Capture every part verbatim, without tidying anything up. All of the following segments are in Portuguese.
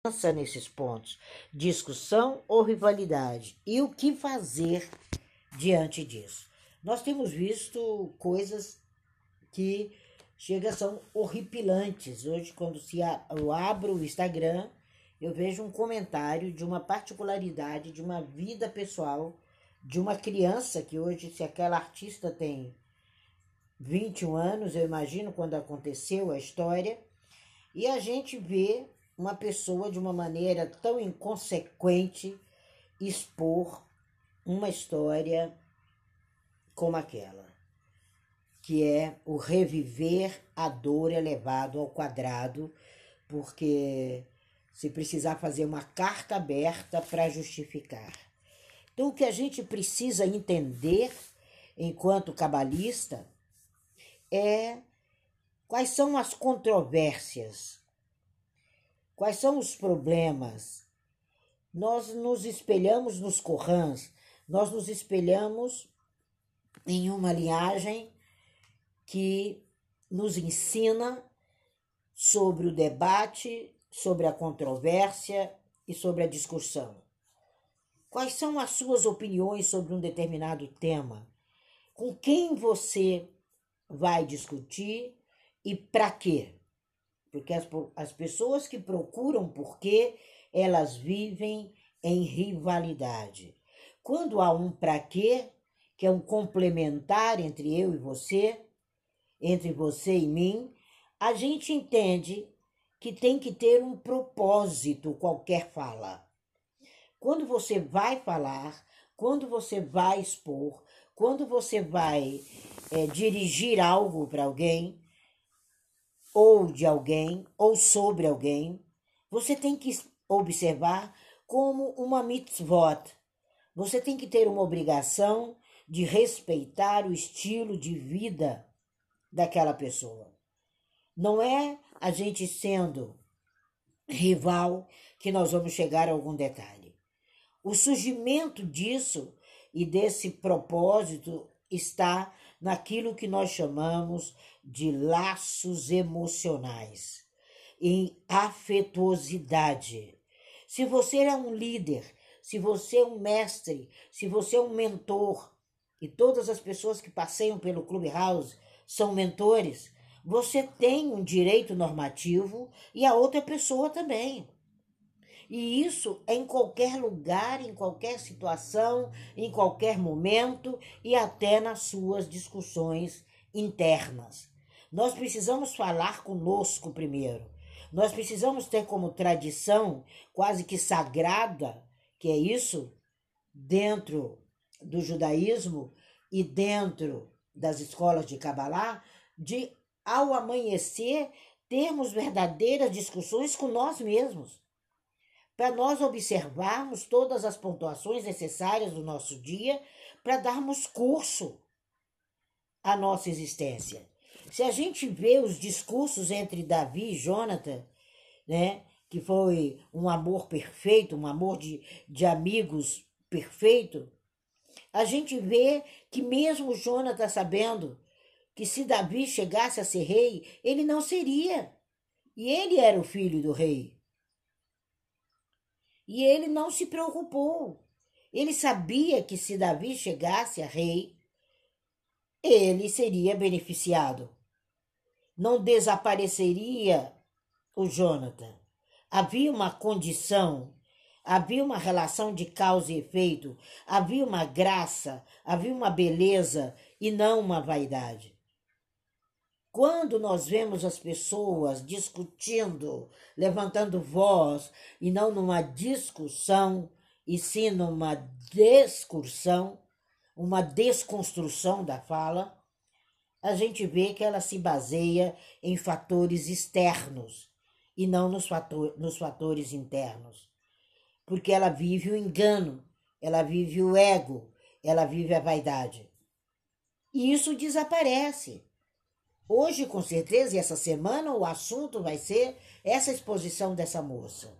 nesses pontos, discussão ou rivalidade, e o que fazer diante disso. Nós temos visto coisas que chega são horripilantes. Hoje, quando se a, eu abro o Instagram, eu vejo um comentário de uma particularidade de uma vida pessoal de uma criança que hoje, se aquela artista tem vinte e um anos, eu imagino quando aconteceu a história, e a gente vê uma pessoa de uma maneira tão inconsequente expor uma história como aquela, que é o reviver a dor elevado ao quadrado, porque se precisar fazer uma carta aberta para justificar. Então, o que a gente precisa entender, enquanto cabalista, é quais são as controvérsias, quais são os problemas. Nós nos espelhamos nos Corãs, nós nos espelhamos em uma linhagem que nos ensina sobre o debate, sobre a controvérsia e sobre a discussão. Quais são as suas opiniões sobre um determinado tema? Com quem você vai discutir e para quê? Porque as, as pessoas que procuram por quê, elas vivem em rivalidade. Quando há um para quê, que é um complementar entre eu e você, entre você e mim, a gente entende que tem que ter um propósito qualquer fala. Quando você vai falar, quando você vai expor, quando você vai é, dirigir algo para alguém, ou de alguém, ou sobre alguém, você tem que observar como uma mitzvot. Você tem que ter uma obrigação de respeitar o estilo de vida daquela pessoa. Não é a gente sendo rival que nós vamos chegar a algum detalhe. O surgimento disso e desse propósito está naquilo que nós chamamos de laços emocionais, em afetuosidade. Se você é um líder, se você é um mestre, se você é um mentor, e todas as pessoas que passeiam pelo Clubhouse são mentores, você tem um direito normativo e a outra pessoa também. E isso é em qualquer lugar, em qualquer situação, em qualquer momento e até nas suas discussões internas. Nós precisamos falar conosco primeiro. Nós precisamos ter como tradição quase que sagrada, que é isso, dentro do judaísmo e dentro das escolas de Kabbalah, de, ao amanhecer, termos verdadeiras discussões com nós mesmos, para nós observarmos todas as pontuações necessárias do nosso dia para darmos curso à nossa existência. Se a gente vê os discursos entre Davi e Jonathan, né, que foi um amor perfeito, um amor de, de amigos perfeito, a gente vê que mesmo Jonathan sabendo que se Davi chegasse a ser rei, ele não seria. E ele era o filho do rei. E ele não se preocupou. Ele sabia que se Davi chegasse a rei, ele seria beneficiado. Não desapareceria o Jonathan. Havia uma condição, havia uma relação de causa e efeito, havia uma graça, havia uma beleza e não uma vaidade. Quando nós vemos as pessoas discutindo, levantando voz, e não numa discussão, e sim numa discussão, uma desconstrução da fala, a gente vê que ela se baseia em fatores externos e não nos, fator, nos fatores internos. Porque ela vive o engano, ela vive o ego, ela vive a vaidade. E isso desaparece. Hoje, com certeza, e essa semana, o assunto vai ser essa exposição dessa moça.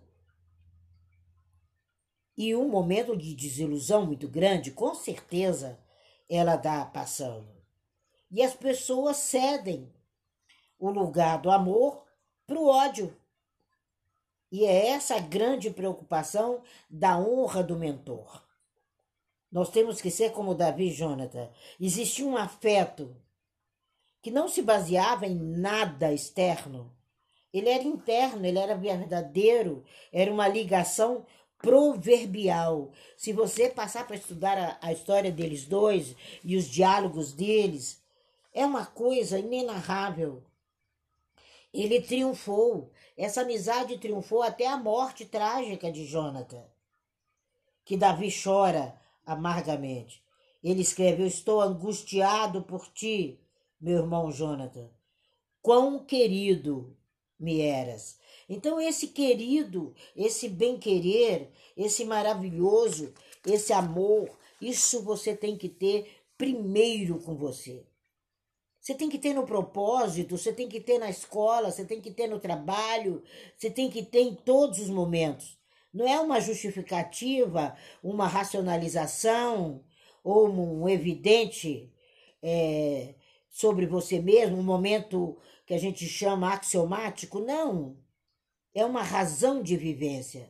E um momento de desilusão muito grande, com certeza, ela está passando. E as pessoas cedem o lugar do amor para o ódio. E é essa a grande preocupação da honra do mentor. Nós temos que ser como Davi e Jonathan. Existia um afeto que não se baseava em nada externo. Ele era interno, ele era verdadeiro, era uma ligação proverbial. Se você passar para estudar a, a história deles dois e os diálogos deles, é uma coisa inenarrável. Ele triunfou, essa amizade triunfou até a morte trágica de Jonathan, que Davi chora amargamente. Ele escreveu: estou angustiado por ti, meu irmão Jonathan. Quão querido me eras. Então esse querido, esse bem-querer, esse maravilhoso, esse amor, isso você tem que ter primeiro com você. Você tem que ter no propósito, você tem que ter na escola, você tem que ter no trabalho, você tem que ter em todos os momentos. Não é uma justificativa, uma racionalização ou um evidente é, sobre você mesmo, um momento que a gente chama axiomático. Não, é uma razão de vivência.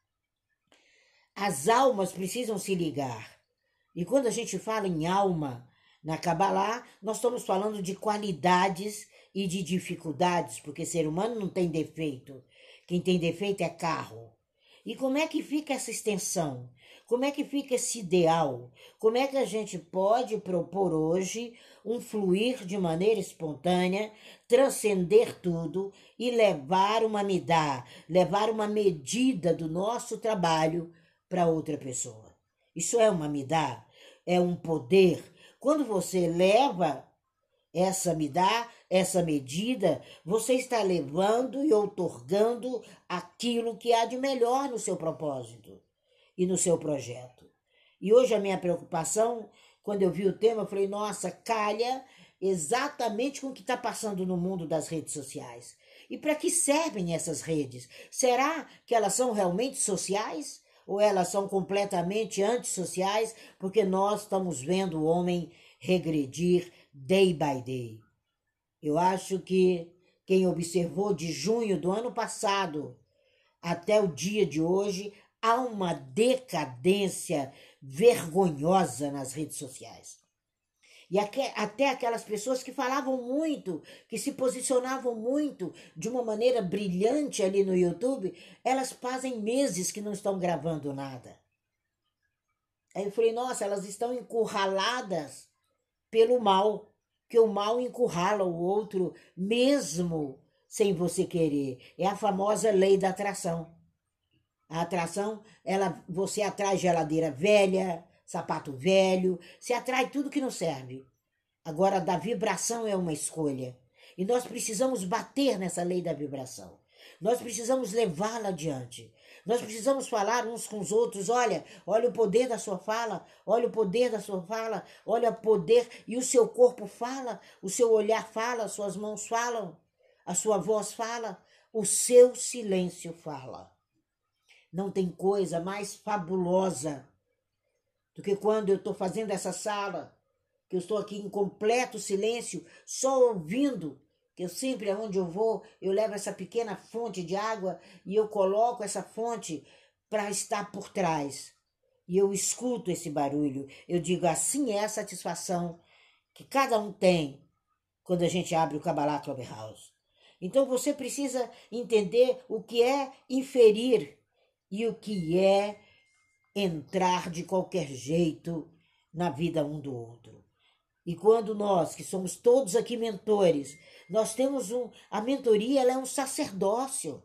As almas precisam se ligar. E quando a gente fala em alma na Kabbalah, nós estamos falando de qualidades e de dificuldades, porque ser humano não tem defeito. Quem tem defeito é carro. E como é que fica essa extensão? Como é que fica esse ideal? Como é que a gente pode propor hoje um fluir de maneira espontânea, transcender tudo e levar uma midá, levar uma medida do nosso trabalho para outra pessoa? Isso é uma midá, é um poder. Quando você leva essa midá, essa medida, você está levando e outorgando aquilo que há de melhor no seu propósito e no seu projeto. E hoje a minha preocupação, quando eu vi o tema, eu falei, nossa, calha exatamente com o que está passando no mundo das redes sociais. E para que servem essas redes? Será que elas são realmente sociais? Ou elas são completamente antissociais? Porque nós estamos vendo o homem regredir day by day. Eu acho que quem observou de junho do ano passado até o dia de hoje, há uma decadência vergonhosa nas redes sociais. E até aquelas pessoas que falavam muito, que se posicionavam muito de uma maneira brilhante ali no YouTube, elas fazem meses que não estão gravando nada. Aí eu falei, nossa, elas estão encurraladas pelo mal, que o mal encurrala o outro mesmo sem você querer. É a famosa lei da atração. A atração, ela, você atrai geladeira velha, sapato velho, se atrai tudo que não serve. Agora, da vibração é uma escolha. E nós precisamos bater nessa lei da vibração. Nós precisamos levá-la adiante. Nós precisamos falar uns com os outros. Olha, olha o poder da sua fala, olha o poder da sua fala, olha o poder. E o seu corpo fala, o seu olhar fala, as suas mãos falam, a sua voz fala, o seu silêncio fala. Não tem coisa mais fabulosa do que quando eu estou fazendo essa sala, que eu estou aqui em completo silêncio, só ouvindo, que eu sempre, aonde eu vou, eu levo essa pequena fonte de água e eu coloco essa fonte para estar por trás. E eu escuto esse barulho. Eu digo, assim é a satisfação que cada um tem quando a gente abre o Kabbalah Clubhouse. Então você precisa entender o que é inferir e o que é entrar de qualquer jeito na vida um do outro. E quando nós, que somos todos aqui mentores, nós temos um... A mentoria, ela é um sacerdócio.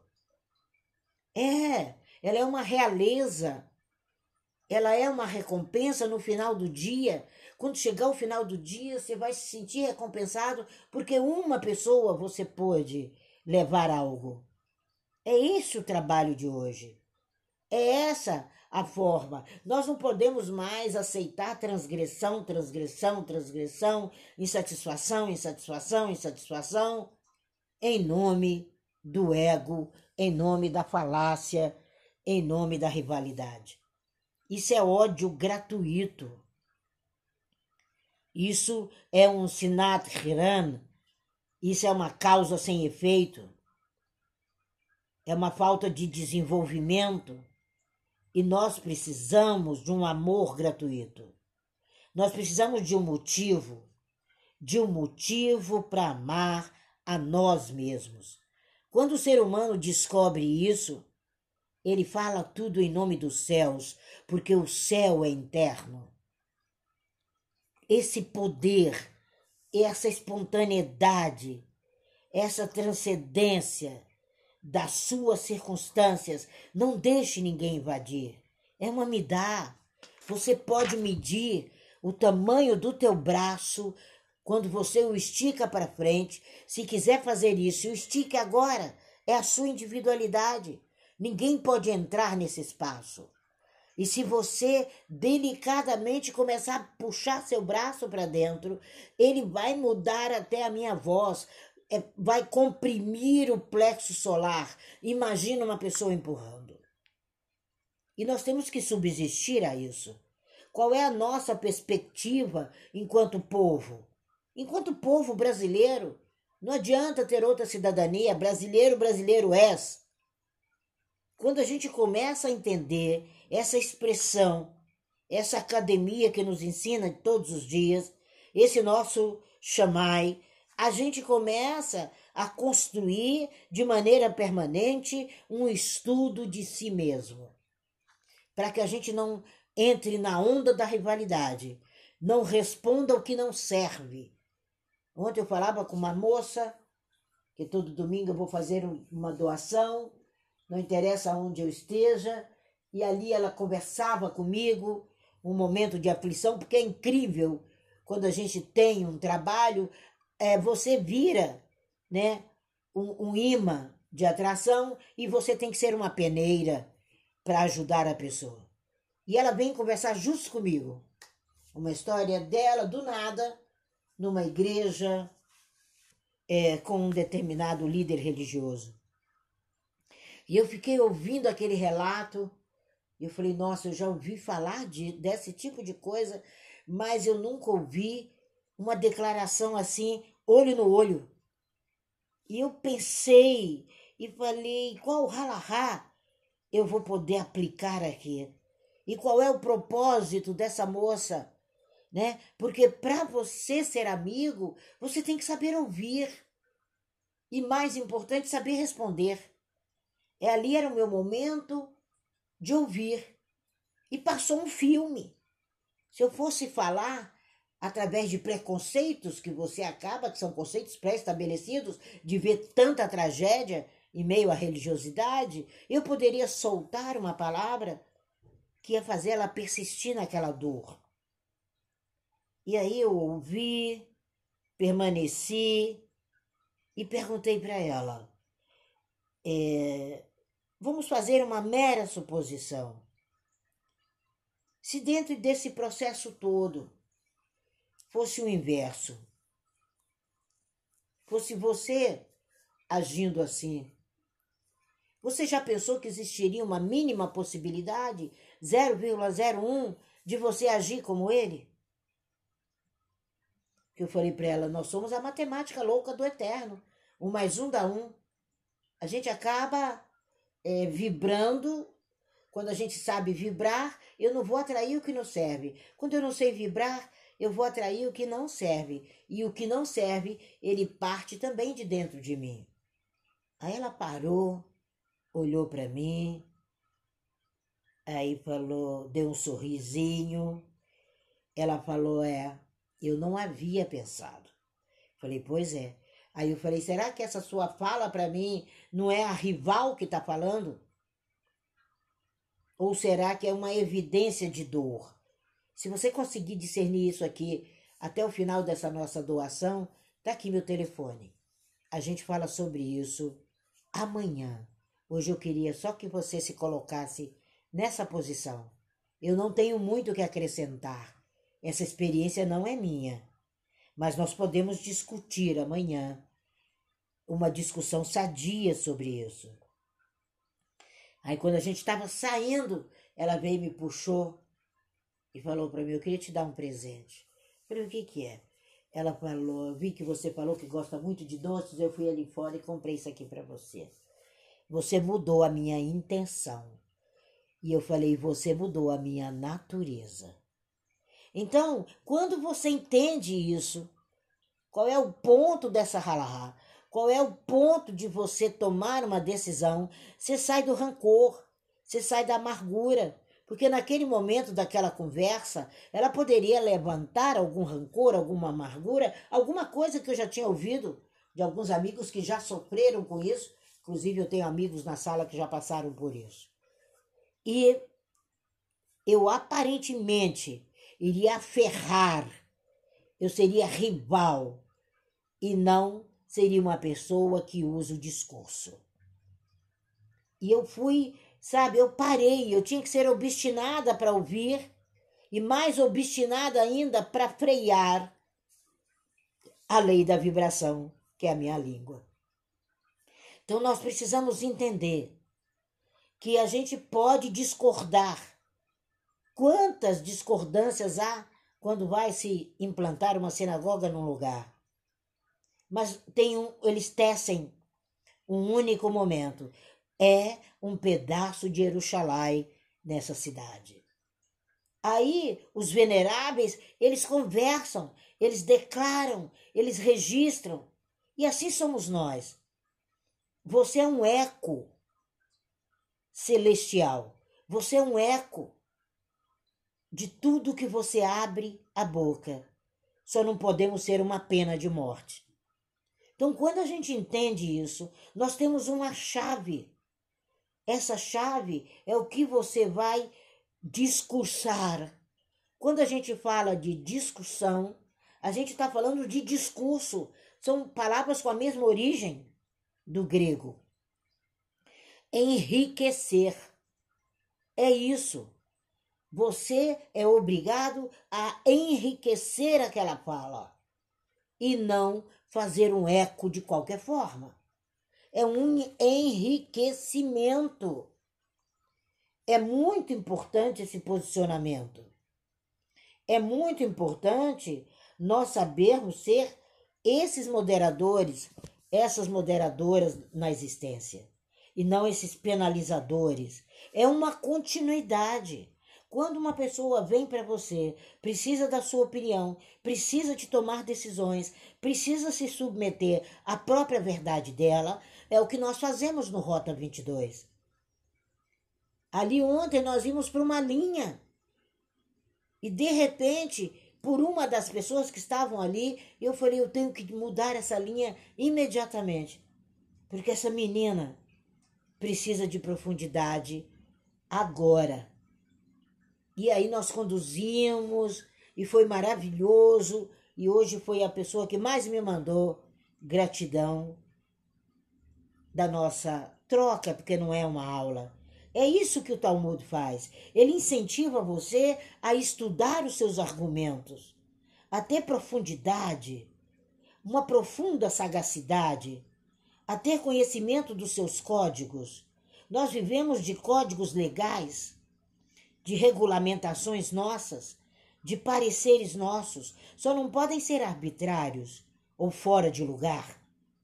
É, ela é uma realeza. Ela é uma recompensa no final do dia. Quando chegar o final do dia, você vai se sentir recompensado porque uma pessoa você pôde levar algo. É esse o trabalho de hoje. É essa a forma. Nós não podemos mais aceitar transgressão, transgressão, transgressão, insatisfação, insatisfação, insatisfação, em nome do ego, em nome da falácia, em nome da rivalidade. Isso é ódio gratuito. Isso é um sinat hiran. Isso é uma causa sem efeito. é uma falta de desenvolvimento e nós precisamos de um amor gratuito. Nós precisamos de um motivo, de um motivo para amar a nós mesmos. Quando o ser humano descobre isso, ele fala tudo em nome dos céus, porque o céu é interno. Esse poder, essa espontaneidade, essa transcendência das suas circunstâncias, não deixe ninguém invadir. É uma midá. Você pode medir o tamanho do teu braço quando você o estica para frente. Se quiser fazer isso, o estique agora. É a sua individualidade. Ninguém pode entrar nesse espaço. E se você delicadamente começar a puxar seu braço para dentro, ele vai mudar até a minha voz, é, vai comprimir o plexo solar. Imagina uma pessoa empurrando. E nós temos que subsistir a isso. Qual é a nossa perspectiva enquanto povo? Enquanto povo brasileiro, não adianta ter outra cidadania. Brasileiro, brasileiro és. Quando a gente começa a entender essa expressão, essa academia que nos ensina todos os dias, esse nosso chamai, a gente começa a construir de maneira permanente um estudo de si mesmo, para que a gente não entre na onda da rivalidade, não responda o que não serve. Ontem eu falava com uma moça, que todo domingo eu vou fazer uma doação, não interessa onde eu esteja, e ali ela conversava comigo, um momento de aflição, porque é incrível, quando a gente tem um trabalho, é, você vira, né, um, um imã de atração e você tem que ser uma peneira para ajudar a pessoa. E ela vem conversar justo comigo, uma história dela, do nada, numa igreja, é, com um determinado líder religioso. E eu fiquei ouvindo aquele relato, e eu falei, nossa, eu já ouvi falar de, desse tipo de coisa, mas eu nunca ouvi uma declaração assim, olho no olho. E eu pensei, e falei, qual halahá eu vou poder aplicar aqui? E qual é o propósito dessa moça? Né? Porque para você ser amigo, você tem que saber ouvir. E mais importante, saber responder. É, ali era o meu momento de ouvir. E passou um filme. Se eu fosse falar através de preconceitos que você acaba, que são conceitos pré-estabelecidos, de ver tanta tragédia em meio à religiosidade, eu poderia soltar uma palavra que ia fazer ela persistir naquela dor. E aí eu ouvi, permaneci e perguntei para ela, é, vamos fazer uma mera suposição. Se dentro desse processo todo fosse o inverso, fosse você agindo assim, você já pensou que existiria uma mínima possibilidade, zero vírgula zero um, de você agir como ele? Que eu falei para ela, nós somos a matemática louca do eterno, um mais um dá um. A gente acaba é, vibrando. Quando a gente sabe vibrar, eu não vou atrair o que não serve. Quando eu não sei vibrar, eu vou atrair o que não serve. E o que não serve, ele parte também de dentro de mim. Aí ela parou, olhou para mim, aí falou, deu um sorrisinho. Ela falou, é, eu não havia pensado. Falei, pois é. Aí eu falei, será que essa sua fala para mim não é a rival que está falando? Ou será que é uma evidência de dor? Se você conseguir discernir isso aqui até o final dessa nossa doação, tá aqui meu telefone. A gente fala sobre isso amanhã. Hoje eu queria só que você se colocasse nessa posição. Eu não tenho muito o que acrescentar. Essa experiência não é minha. Mas nós podemos discutir amanhã uma discussão sadia sobre isso. Aí quando a gente estava saindo, ela veio e me puxou e falou para mim, eu queria te dar um presente. Eu falei, o que que é? Ela falou, eu vi que você falou que gosta muito de doces, eu fui ali fora e comprei isso aqui para você. você mudou a minha intenção. E eu falei, você mudou a minha natureza. Então, quando você entende isso, qual é o ponto dessa halahá? Qual é o ponto de você tomar uma decisão? Você sai do rancor, você sai da amargura. Porque naquele momento daquela conversa, ela poderia levantar algum rancor, alguma amargura, alguma coisa que eu já tinha ouvido de alguns amigos que já sofreram com isso. Inclusive, eu tenho amigos na sala que já passaram por isso. E eu aparentemente iria aferrar, eu seria rival e não seria uma pessoa que usa o discurso. E eu fui, sabe, eu parei, eu tinha que ser obstinada para ouvir e mais obstinada ainda para frear a lei da vibração, que é a minha língua. Então nós precisamos entender que a gente pode discordar. Quantas discordâncias há quando vai se implantar uma sinagoga num lugar? Mas tem um, eles tecem um único momento. É um pedaço de Jerusalém nessa cidade. Aí os veneráveis, eles conversam, eles declaram, eles registram. E assim somos nós. Você é um eco celestial. Você é um eco de tudo que você abre a boca. Só não podemos ser uma pena de morte. Então, quando a gente entende isso, nós temos uma chave. Essa chave é o que você vai discursar. Quando a gente fala de discussão, a gente está falando de discurso. São palavras com a mesma origem do grego. Enriquecer. É isso. Você é obrigado a enriquecer aquela fala e não fazer um eco de qualquer forma. É um enriquecimento. É muito importante esse posicionamento. É muito importante nós sabermos ser esses moderadores, essas moderadoras na existência, e não esses penalizadores. É uma continuidade. Quando uma pessoa vem para você, precisa da sua opinião, precisa de tomar decisões, precisa se submeter à própria verdade dela, é o que nós fazemos no Rota vinte e dois. Ali ontem nós íamos para uma linha e de repente, por uma das pessoas que estavam ali, eu falei, eu tenho que mudar essa linha imediatamente, porque essa menina precisa de profundidade agora. E aí nós conduzimos e foi maravilhoso. E hoje foi a pessoa que mais me mandou gratidão da nossa troca, porque não é uma aula. É isso que o Talmud faz. Ele incentiva você a estudar os seus argumentos, a ter profundidade, uma profunda sagacidade, a ter conhecimento dos seus códigos. Nós vivemos de códigos legais, de regulamentações nossas, de pareceres nossos, só não podem ser arbitrários ou fora de lugar.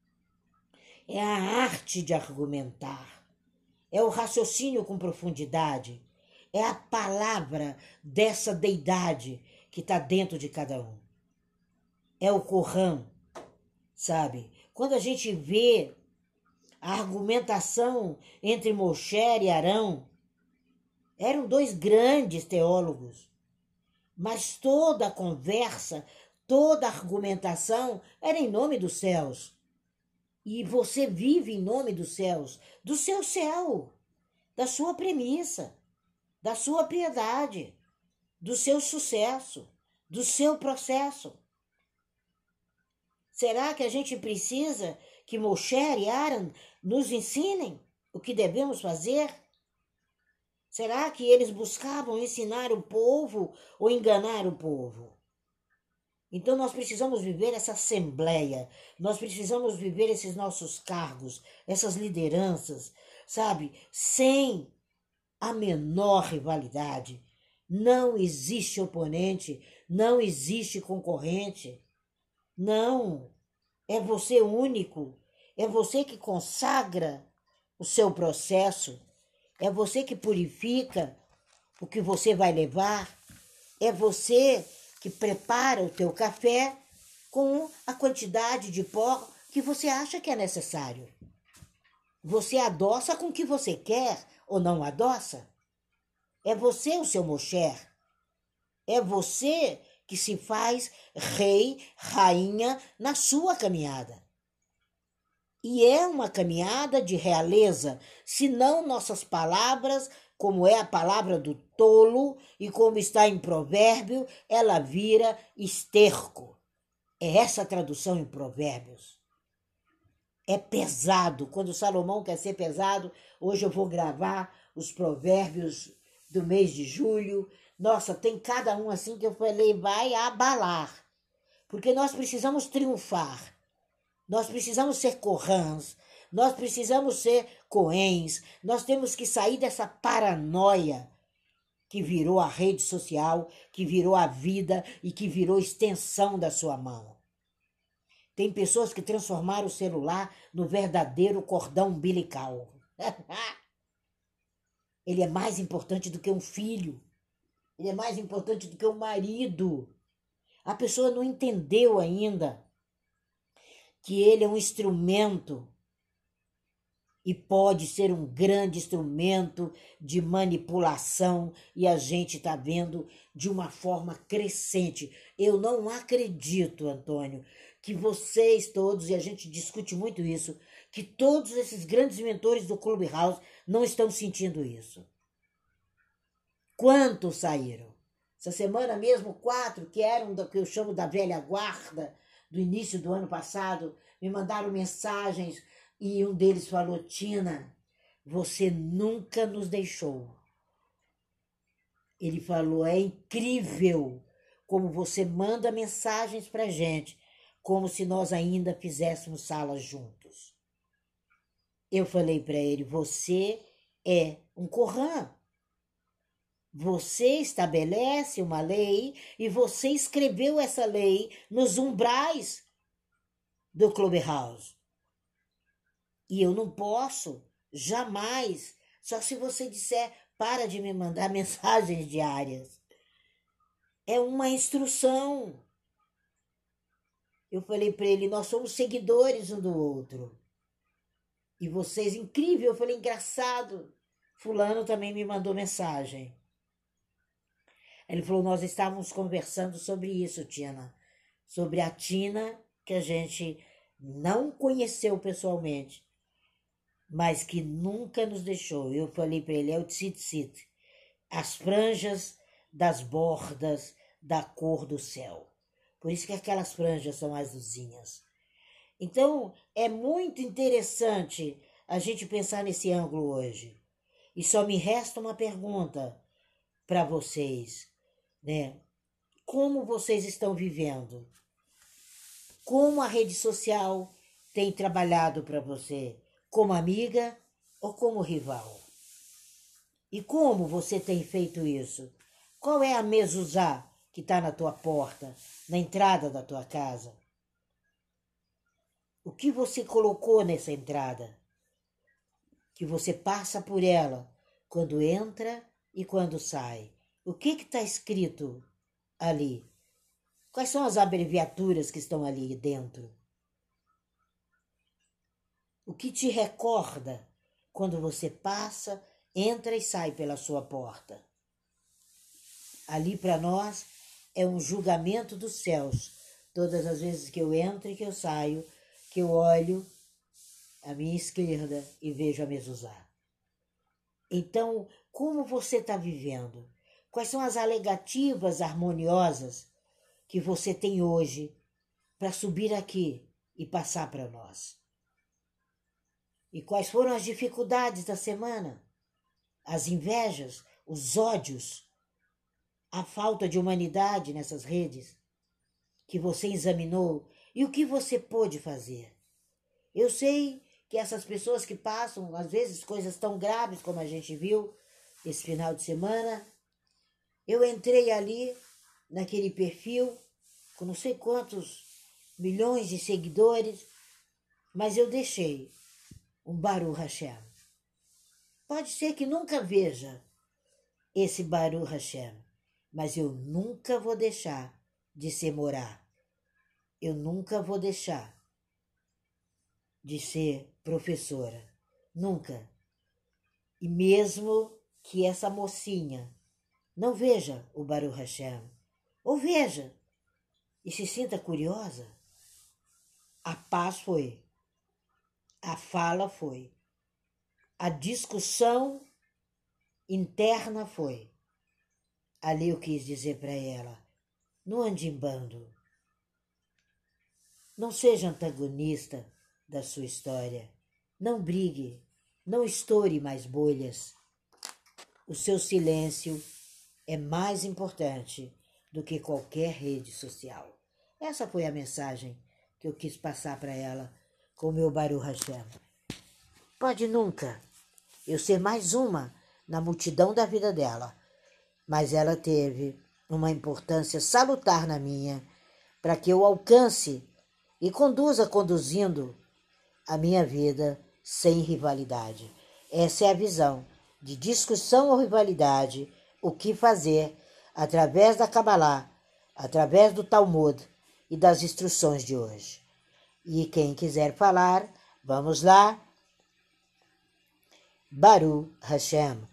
É a arte de argumentar, é o raciocínio com profundidade, é a palavra dessa deidade que está dentro de cada um. É o Corão, sabe? Quando a gente vê a argumentação entre Moshe e Arão, eram dois grandes teólogos, mas toda a conversa, toda a argumentação era em nome dos céus. E você vive em nome dos céus, do seu céu, da sua premissa, da sua piedade, do seu sucesso, do seu processo. Será que a gente precisa que Moshe e Aaron nos ensinem o que devemos fazer? Será que eles buscavam ensinar o povo ou enganar o povo? Então nós precisamos viver essa assembleia, nós precisamos viver esses nossos cargos, essas lideranças, sabe? Sem a menor rivalidade. Não existe oponente, não existe concorrente. Não, é você único, é você que consagra o seu processo, é você que purifica o que você vai levar, é você que prepara o teu café com a quantidade de pó que você acha que é necessário. Você adoça com o que você quer ou não adoça. É você o seu Mosher. É você que se faz rei, rainha na sua caminhada. E é uma caminhada de realeza, senão nossas palavras, como é a palavra do tolo e como está em provérbio, ela vira esterco. É essa a tradução em provérbios. É pesado. Quando Salomão quer ser pesado, hoje eu vou gravar os provérbios do mês de julho. Nossa, tem cada um assim que eu falei, vai abalar. Porque nós precisamos triunfar. Nós precisamos ser corrãs. Nós precisamos ser coens. Nós temos que sair dessa paranoia que virou a rede social, que virou a vida e que virou extensão da sua mão. Tem pessoas que transformaram o celular no verdadeiro cordão umbilical. Ele é mais importante do que um filho. Ele é mais importante do que um marido. A pessoa não entendeu ainda que ele é um instrumento e pode ser um grande instrumento de manipulação, e a gente está vendo de uma forma crescente. Eu não acredito, Antônio, que vocês todos, e a gente discute muito isso, que todos esses grandes mentores do Clubhouse não estão sentindo isso. Quantos saíram? Essa semana mesmo, quatro que eram do que eu chamo da velha guarda, do início do ano passado, me mandaram mensagens e um deles falou: Tina, você nunca nos deixou. Ele falou: é incrível como você manda mensagens pra gente, como se nós ainda fizéssemos salas juntos. Eu falei para ele: você é um Corã. Você estabelece uma lei e você escreveu essa lei nos umbrais do Clubhouse. E eu não posso, jamais, só se você disser, para de me mandar mensagens diárias. É uma instrução. Eu falei para ele: nós somos seguidores um do outro. E vocês, incrível, eu falei: engraçado. Fulano também me mandou mensagem. Ele falou: nós estávamos conversando sobre isso, Tina. Sobre a Tina, que a gente não conheceu pessoalmente, mas que nunca nos deixou. Eu falei para ele: é o tzitzit, as franjas das bordas da cor do céu. Por isso que aquelas franjas são azulzinhas. Então, é muito interessante a gente pensar nesse ângulo hoje. E só me resta uma pergunta para vocês, né? Como vocês estão vivendo? Como a rede social tem trabalhado para você? Como amiga ou como rival? E como você tem feito isso? Qual é a mezuzá que está na tua porta, na entrada da tua casa? O que você colocou nessa entrada? Que você passa por ela quando entra e quando sai. O que está escrito ali? Quais são as abreviaturas que estão ali dentro? O que te recorda quando você passa, entra e sai pela sua porta? Ali para nós é um julgamento dos céus. Todas as vezes que eu entro e que eu saio, que eu olho à minha esquerda e vejo a mezuzá. Então, como você está vivendo? Quais são as alegativas harmoniosas que você tem hoje para subir aqui e passar para nós? E quais foram as dificuldades da semana? As invejas, os ódios, a falta de humanidade nessas redes que você examinou e o que você pôde fazer? Eu sei que essas pessoas que passam, às vezes, coisas tão graves como a gente viu esse final de semana, eu entrei ali naquele perfil com não sei quantos milhões de seguidores, mas eu deixei um Baruch Hashem. Pode ser que nunca veja esse Baruch Hashem, mas eu nunca vou deixar de ser morar. Eu nunca vou deixar de ser professora. Nunca. E mesmo que essa mocinha não veja o Baruch Hashem, ou veja e se sinta curiosa, a paz foi, a fala foi, a discussão interna foi. Ali eu quis dizer para ela, não ande em bando, não seja antagonista da sua história, não brigue, não estoure mais bolhas. O seu silêncio é mais importante do que qualquer rede social. Essa foi a mensagem que eu quis passar para ela com o meu Baruch Hashem. Pode nunca eu ser mais uma na multidão da vida dela, mas ela teve uma importância salutar na minha para que eu alcance e conduza conduzindo a minha vida sem rivalidade. Essa é a visão de discussão ou rivalidade, o que fazer através da Kabbalah, através do Talmud e das instruções de hoje. E quem quiser falar, vamos lá. Baruch Hashem.